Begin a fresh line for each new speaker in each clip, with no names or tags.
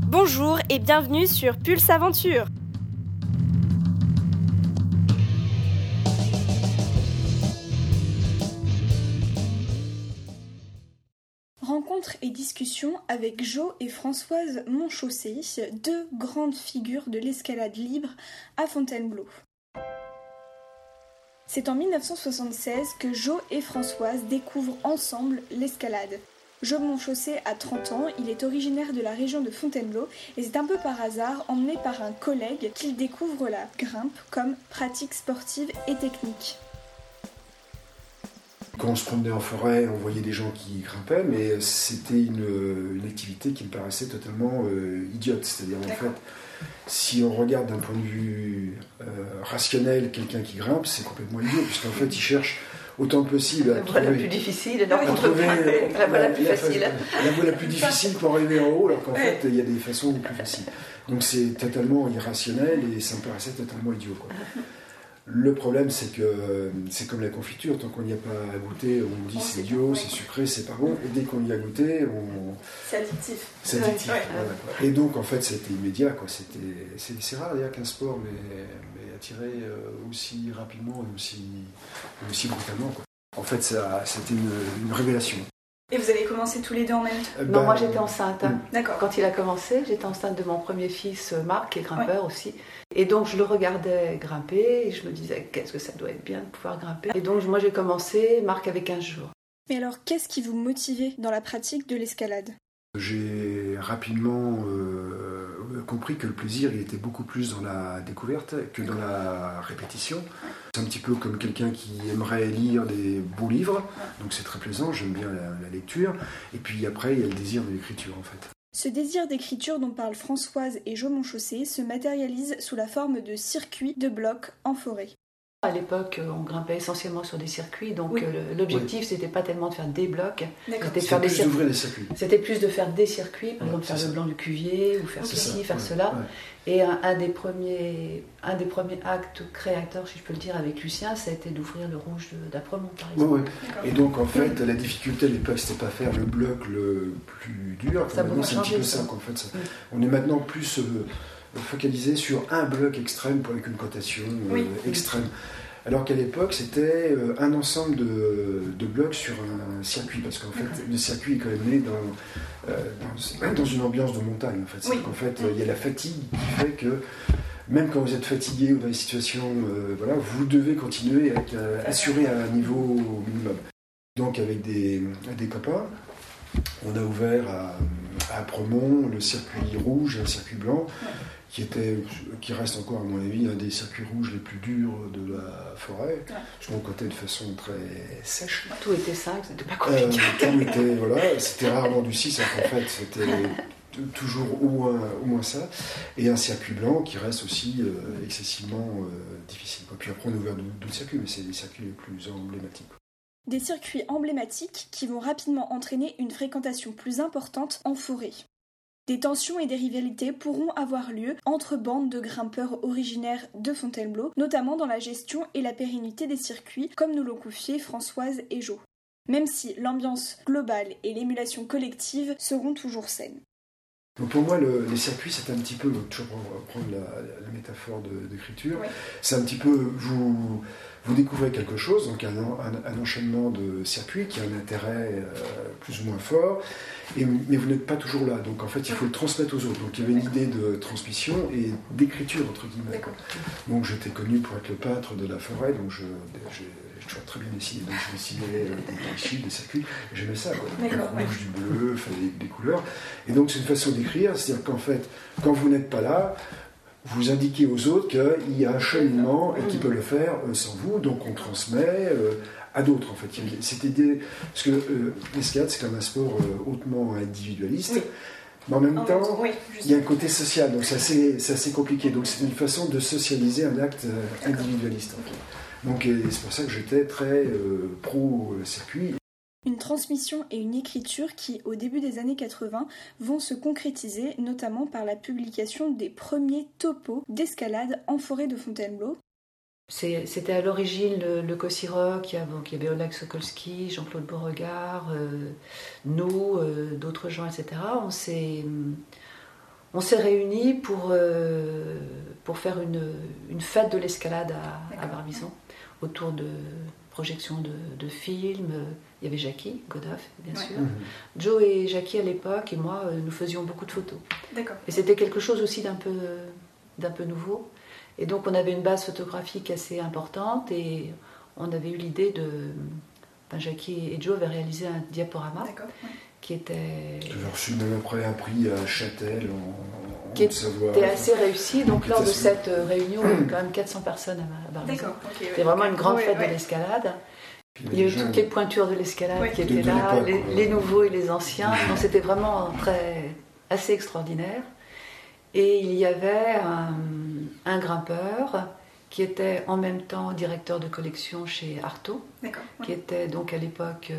Bonjour et bienvenue sur Pulse Aventure. Rencontre et discussion avec Jo et Françoise Monchaussé, deux grandes figures de l'escalade libre à Fontainebleau. C'est en 1976 que Jo et Françoise découvrent ensemble l'escalade. Jo Monchaussé a 30 ans, il est originaire de la région de Fontainebleau et c'est un peu par hasard, emmené par un collègue, qu'il découvre la grimpe comme pratique sportive et technique.
Quand on se promenait en forêt, on voyait des gens qui grimpaient, mais c'était une activité qui me paraissait totalement idiote. C'est-à-dire, en fait, si on regarde d'un point de vue rationnel quelqu'un qui grimpe, c'est complètement idiot, puisqu'en fait, il cherche autant que possible à trouver...
La plus difficile, alors
la voie
la plus facile.
La voie la plus difficile pour arriver en haut, alors qu'en fait, il y a des façons plus faciles. Donc c'est totalement irrationnel et ça me paraissait totalement idiot, quoi. Le problème, c'est que c'est comme la confiture, tant qu'on n'y a pas goûté, on dit c'est idiot, c'est sucré, c'est pas bon, et dès qu'on y a goûté,
C'est addictif.
C'est addictif.
Ouais.
Voilà, quoi. Et donc, en fait, c'était immédiat, quoi. C'est rare d'ailleurs qu'un sport m'ait attiré aussi rapidement et aussi brutalement, quoi. En fait, c'était une révélation.
Et vous avez commencé tous les deux en même temps?
Non, moi j'étais enceinte.
D'accord.
Quand il a commencé, j'étais enceinte de mon premier fils, Marc, qui est grimpeur aussi. Et donc je le regardais grimper et je me disais qu'est-ce que ça doit être bien de pouvoir grimper. Et donc moi j'ai commencé, Marc avait 15 jours.
Mais alors, qu'est-ce qui vous motivait dans la pratique de l'escalade?
J'ai rapidement compris que le plaisir il était beaucoup plus dans la découverte que dans la répétition. C'est un petit peu comme quelqu'un qui aimerait lire des beaux livres, donc c'est très plaisant, j'aime bien la lecture. Et puis après, il y a le désir de l'écriture en fait.
Ce désir d'écriture dont parlent Françoise et Jo Monchaussé se matérialise sous la forme de circuits de blocs en forêt.
À l'époque, on grimpait essentiellement sur des circuits, donc l'objectif c'était pas tellement de faire des blocs, c'était de faire des circuits. C'était plus de faire des circuits, par exemple faire le blanc du Cuvier ou faire ceci, faire cela. Ouais. Et un des premiers actes créateurs, si je peux le dire, avec Lucien, ça a été d'ouvrir le rouge d'Apremont, par exemple.
Et donc en fait, la difficulté à l'époque, c'était pas faire le bloc le plus dur.
Ça
maintenant, c'est un petit peu ça. En fait, on est maintenant plus focalisé sur un bloc extrême avec une cotation extrême. Alors qu'à l'époque, c'était un ensemble de blocs sur un circuit, parce qu'en fait, le circuit est quand même né dans une ambiance de montagne. En fait. C'est qu'en fait, il y a la fatigue qui fait que, même quand vous êtes fatigué ou dans des situations, vous devez continuer à être assuré à un niveau minimum. Donc avec des copains, on a ouvert à Apremont le circuit rouge et un circuit blanc, qui reste encore, à mon avis, un des circuits rouges les plus durs de la forêt, parce qu'on comptait de façon très sèche.
Tout était 5, c'était pas compliqué.
C'était rarement du 6, en fait, c'était toujours au moins ça, et un circuit blanc qui reste aussi excessivement difficile. Puis après, on a ouvert d'autres circuits, mais c'est les circuits les plus emblématiques.
Des circuits emblématiques qui vont rapidement entraîner une fréquentation plus importante en forêt. Des tensions et des rivalités pourront avoir lieu entre bandes de grimpeurs originaires de Fontainebleau, notamment dans la gestion et la pérennité des circuits, comme nous l'ont confié Françoise et Jo. Même si l'ambiance globale et l'émulation collective seront toujours saines.
Donc pour moi, les circuits, c'est un petit peu, toujours pour reprendre la métaphore d'écriture, c'est un petit peu, vous découvrez quelque chose, donc un enchaînement de circuits qui a un intérêt plus ou moins fort, mais vous n'êtes pas toujours là, donc en fait il faut le transmettre aux autres. Donc il y avait une idée de transmission et d'écriture, entre guillemets. Donc j'étais connu pour être le peintre de la forêt, donc j'ai toujours très bien dessiné, donc je dessinais des chiffres, des circuits, j'aimais ça, du rouge, du bleu, des couleurs. Et donc c'est une façon d'écrire, c'est-à-dire qu'en fait, quand vous n'êtes pas là, vous indiquez aux autres qu'il y a un cheminement et qu'ils peuvent le faire sans vous, donc on transmet à d'autres en fait. Parce que l'escalade c'est quand même un sport hautement individualiste, mais en même temps il y a un côté social, donc c'est assez compliqué, donc c'est une façon de socialiser un acte individualiste en fait. Donc c'est pour ça que j'étais très pro-circuit.
Une transmission et une écriture qui, au début des années 80, vont se concrétiser, notamment par la publication des premiers topos d'escalade en forêt de Fontainebleau.
C'était à l'origine le Cossiroc, il y avait Oleg Sokolski, Jean-Claude Beauregard, nous, d'autres gens, etc. on s'est réunis pour faire une fête de l'escalade à Barbizon, autour de projections de films. Il y avait Jackie Godoffe, bien sûr. Joe et Jackie à l'époque, et moi, nous faisions beaucoup de photos.
D'accord.
Et c'était quelque chose aussi d'un peu nouveau. Et donc on avait une base photographique assez importante, et on avait eu l'idée Jackie et Joe avaient réalisé un diaporama.
D'accord.
Qui était...
J'ai reçu même après un prix à Châtel
qui était assez réussi. Donc lors de cette réunion, il y avait quand même 400 personnes à Barbizon. C'était vraiment une grande fête de l'escalade. Il y a eu toutes les pointures de l'escalade qui étaient là, les nouveaux et les anciens. Donc c'était vraiment assez extraordinaire. Et il y avait un grimpeur qui était en même temps directeur de collection chez Artaud, qui était donc à l'époque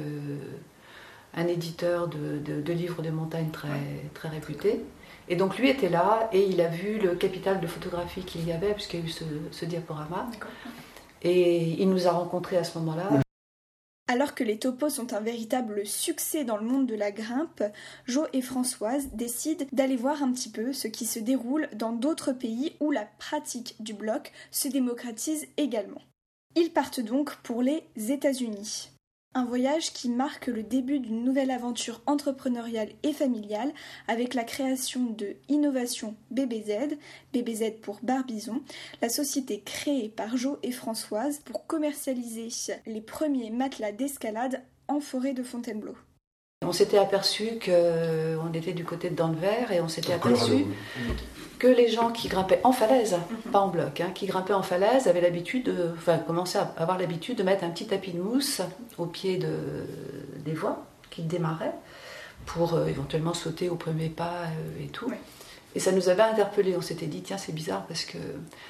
un éditeur de livres de montagne très réputé. Et donc lui était là et il a vu le capital de photographie qu'il y avait, puisqu'il y a eu ce diaporama. Et il nous a rencontrés à ce moment-là.
Alors que les topos sont un véritable succès dans le monde de la grimpe, Jo et Françoise décident d'aller voir un petit peu ce qui se déroule dans d'autres pays où la pratique du bloc se démocratise également. Ils partent donc pour les États-Unis. Un voyage qui marque le début d'une nouvelle aventure entrepreneuriale et familiale avec la création de Innovation BBZ, BBZ pour Barbizon, la société créée par Jo et Françoise pour commercialiser les premiers matelas d'escalade en forêt de Fontainebleau.
On s'était aperçu qu'on était du côté de Denver et on s'était aperçu que les gens qui grimpaient en falaise, pas en bloc, qui grimpaient en falaise avaient commençaient à avoir l'habitude de mettre un petit tapis de mousse au pied des voies qui démarraient pour éventuellement sauter au premier pas et tout. Oui. Et ça nous avait interpellés. On s'était dit, tiens, c'est bizarre parce que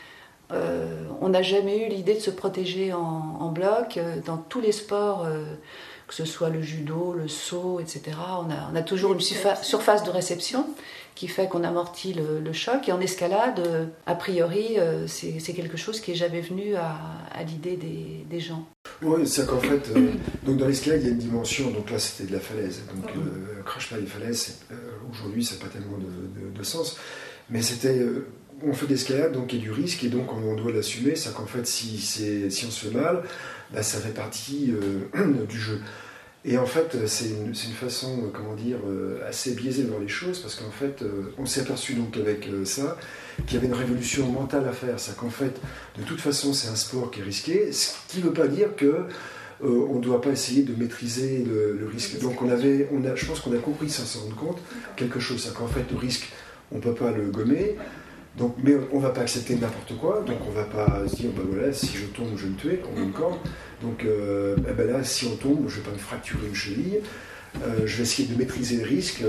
on n'a jamais eu l'idée de se protéger en bloc. Dans tous les sports, que ce soit le judo, le saut, etc., on a toujours une surface de réception qui fait qu'on amortit le choc. Et en escalade, a priori, c'est quelque chose qui n'est jamais venu à l'idée des gens.
Oui, c'est qu'en fait, donc dans l'escalade, il y a une dimension. Donc là, c'était de la falaise. Donc, crash pas les falaises, aujourd'hui, ça n'a pas tellement de sens. Mais c'était... on fait de l'escalade, donc il y a du risque, et donc on doit l'assumer. C'est qu'en fait, si on se fait mal, ça fait partie du jeu. Et en fait, c'est une façon, assez biaisée de voir les choses, parce qu'en fait, on s'est aperçu donc avec ça qu'il y avait une révolution mentale à faire. C'est qu'en fait, de toute façon, c'est un sport qui est risqué, ce qui ne veut pas dire que on ne doit pas essayer de maîtriser le risque. Donc je pense qu'on a compris, sans s'en rendre compte, quelque chose. C'est qu'en fait, le risque, on ne peut pas le gommer. Donc, mais on ne va pas accepter n'importe quoi, donc on ne va pas se dire, si je tombe, je vais me tuer, on met une corde. Donc là, si on tombe, je ne vais pas me fracturer une cheville, je vais essayer de maîtriser le risque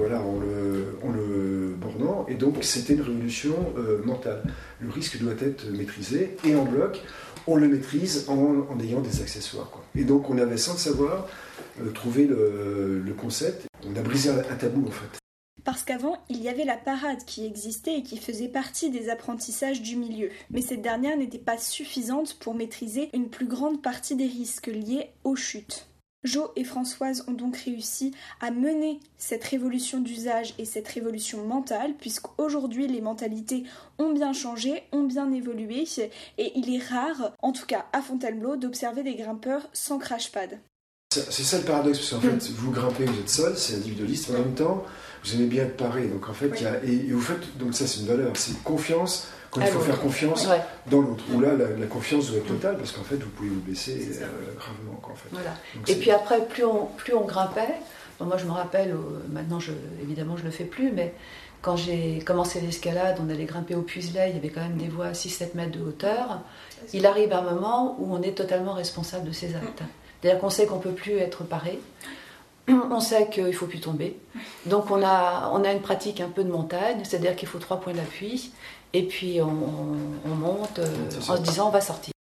en le bornant. Et donc, c'était une révolution mentale. Le risque doit être maîtrisé, et en bloc, on le maîtrise en ayant des accessoires. Et donc, on avait, sans le savoir, trouvé le concept. On a brisé un tabou, en fait.
Parce qu'avant, il y avait la parade qui existait et qui faisait partie des apprentissages du milieu. Mais cette dernière n'était pas suffisante pour maîtriser une plus grande partie des risques liés aux chutes. Jo et Françoise ont donc réussi à mener cette révolution d'usage et cette révolution mentale, puisqu'aujourd'hui les mentalités ont bien changé, ont bien évolué, et il est rare, en tout cas à Fontainebleau, d'observer des grimpeurs sans crash-pad.
C'est ça le paradoxe, parce qu'en fait, vous grimpez, vous êtes seul, c'est individualiste, mais en même temps, vous aimez bien être paré. Donc en fait, et vous faites, donc ça c'est une valeur, c'est confiance, quand il faut faire confiance dans l'autre. Où là, la confiance doit être totale, parce qu'en fait, vous pouvez vous blesser gravement. En fait.
Voilà. Et puis après, plus on grimpait, moi je me rappelle, maintenant évidemment je ne le fais plus, mais quand j'ai commencé l'escalade, on allait grimper au Puiselet, il y avait quand même des voies à 6-7 mètres de hauteur. Il arrive un moment où on est totalement responsable de ses actes. C'est-à-dire qu'on sait qu'on ne peut plus être paré, on sait qu'il ne faut plus tomber. Donc on a une pratique un peu de montagne, c'est-à-dire qu'il faut 3 points d'appui, et puis on monte en se disant on va sortir.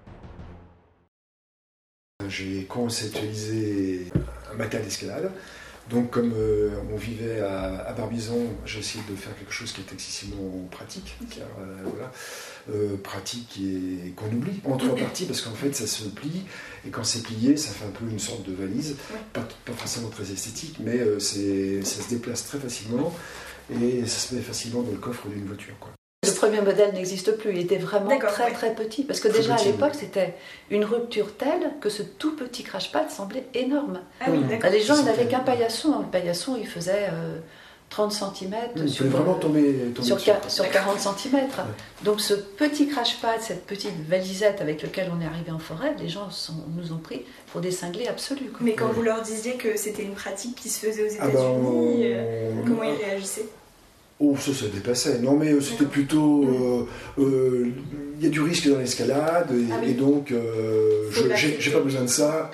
J'ai conceptualisé un matelas d'escalade Donc comme on vivait à Barbizon, j'ai essayé de faire quelque chose qui est excessivement pratique, car, pratique et qu'on oublie en 3 parties, parce qu'en fait ça se plie, et quand c'est plié, ça fait un peu une sorte de valise, pas forcément très esthétique, mais ça se déplace très facilement, et ça se met facilement dans le coffre d'une voiture, quoi.
Le premier modèle n'existe plus, il était vraiment très petit, parce que déjà à l'époque c'était une rupture telle que ce tout petit crash-pad semblait énorme. Les gens n'avaient qu'un paillasson, le paillasson il faisait 30 cm sur 40 cm. Donc ce petit crash-pad, cette petite valisette avec laquelle on est arrivé en forêt, les gens nous ont pris pour des cinglés absolus.
Mais quand vous leur disiez que c'était une pratique qui se faisait aux États-Unis, comment ils réagissaient ?
Oh, ça dépassait. Non, mais c'était plutôt... y a du risque dans l'escalade, et donc j'ai pas besoin de ça.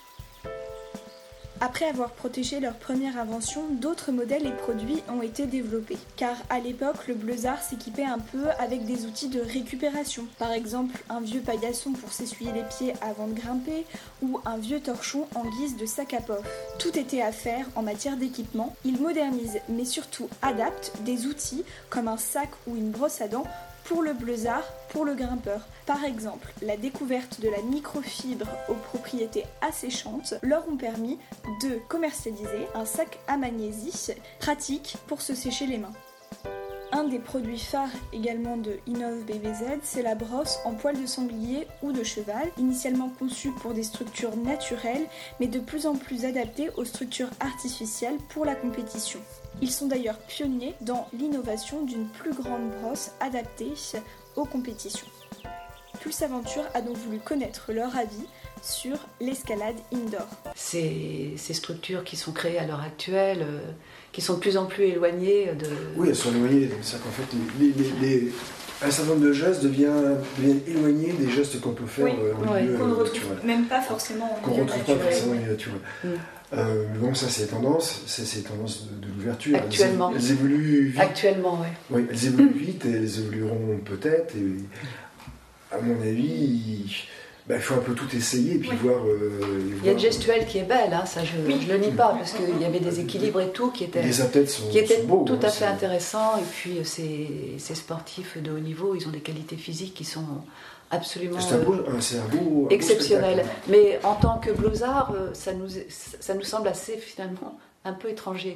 Après avoir protégé leur première invention, d'autres modèles et produits ont été développés. Car à l'époque, le Bleuzard s'équipait un peu avec des outils de récupération. Par exemple, un vieux paillasson pour s'essuyer les pieds avant de grimper, ou un vieux torchon en guise de sac à pof. Tout était à faire en matière d'équipement. Ils modernisent, mais surtout adaptent des outils comme un sac ou une brosse à dents pour le Bleuzard, pour le grimpeur. Par exemple, la découverte de la microfibre aux propriétés asséchantes leur ont permis de commercialiser un sac à magnésie pratique pour se sécher les mains. Un des produits phares également de Innov BBZ, c'est la brosse en poil de sanglier ou de cheval, initialement conçue pour des structures naturelles, mais de plus en plus adaptée aux structures artificielles pour la compétition. Ils sont d'ailleurs pionniers dans l'innovation d'une plus grande brosse adaptée aux compétitions. Pulse Aventure a donc voulu connaître leur avis sur l'escalade indoor.
Ces structures qui sont créées à l'heure actuelle, qui sont de plus en plus éloignées de...
Oui, elles sont éloignées, c'est-à-dire qu'en fait, un certain nombre de gestes deviennent éloignés des gestes qu'on peut faire en milieu naturel.
Même pas forcément en milieu
naturel. Donc ça, c'est les tendances de l'ouverture.
Actuellement.
Elles évoluent vite.
Actuellement, oui.
Oui, elles évoluent vite, et elles évolueront peut-être, et à mon avis... il faut un peu tout essayer et puis voir...
il y a une gestuelle qui est belle, hein, ça je le nie pas, parce qu'il y avait des équilibres et tout qui étaient,
sont beaux,
tout à fait intéressants. Et puis ces sportifs de haut niveau, ils ont des qualités physiques qui sont absolument exceptionnelles. Mais en tant que Bleuzard, ça nous semble assez finalement un peu étranger.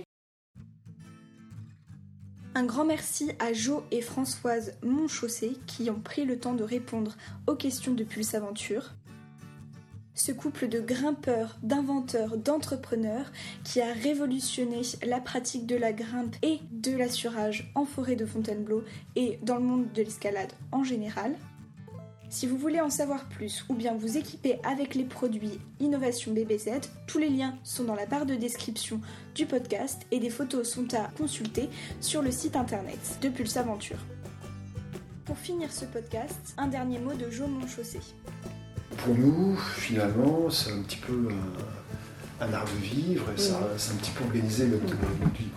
Un grand merci à Jo et Françoise Monchaussé qui ont pris le temps de répondre aux questions de Pulse Aventure. Ce couple de grimpeurs, d'inventeurs, d'entrepreneurs qui a révolutionné la pratique de la grimpe et de l'assurage en forêt de Fontainebleau et dans le monde de l'escalade en général. Si vous voulez en savoir plus ou bien vous équiper avec les produits Innovation BBZ, tous les liens sont dans la barre de description du podcast et des photos sont à consulter sur le site internet de Pulse Aventure. Pour finir ce podcast, un dernier mot de Jo Monchaussé.
Pour nous, finalement, c'est un petit peu un art de vivre, et ça, c'est un petit peu organisé notre vie.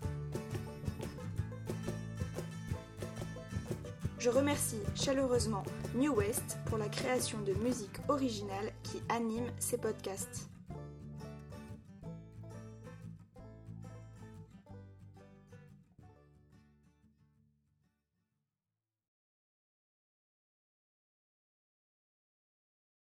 Je remercie chaleureusement New West pour la création de musique originale qui anime ces podcasts.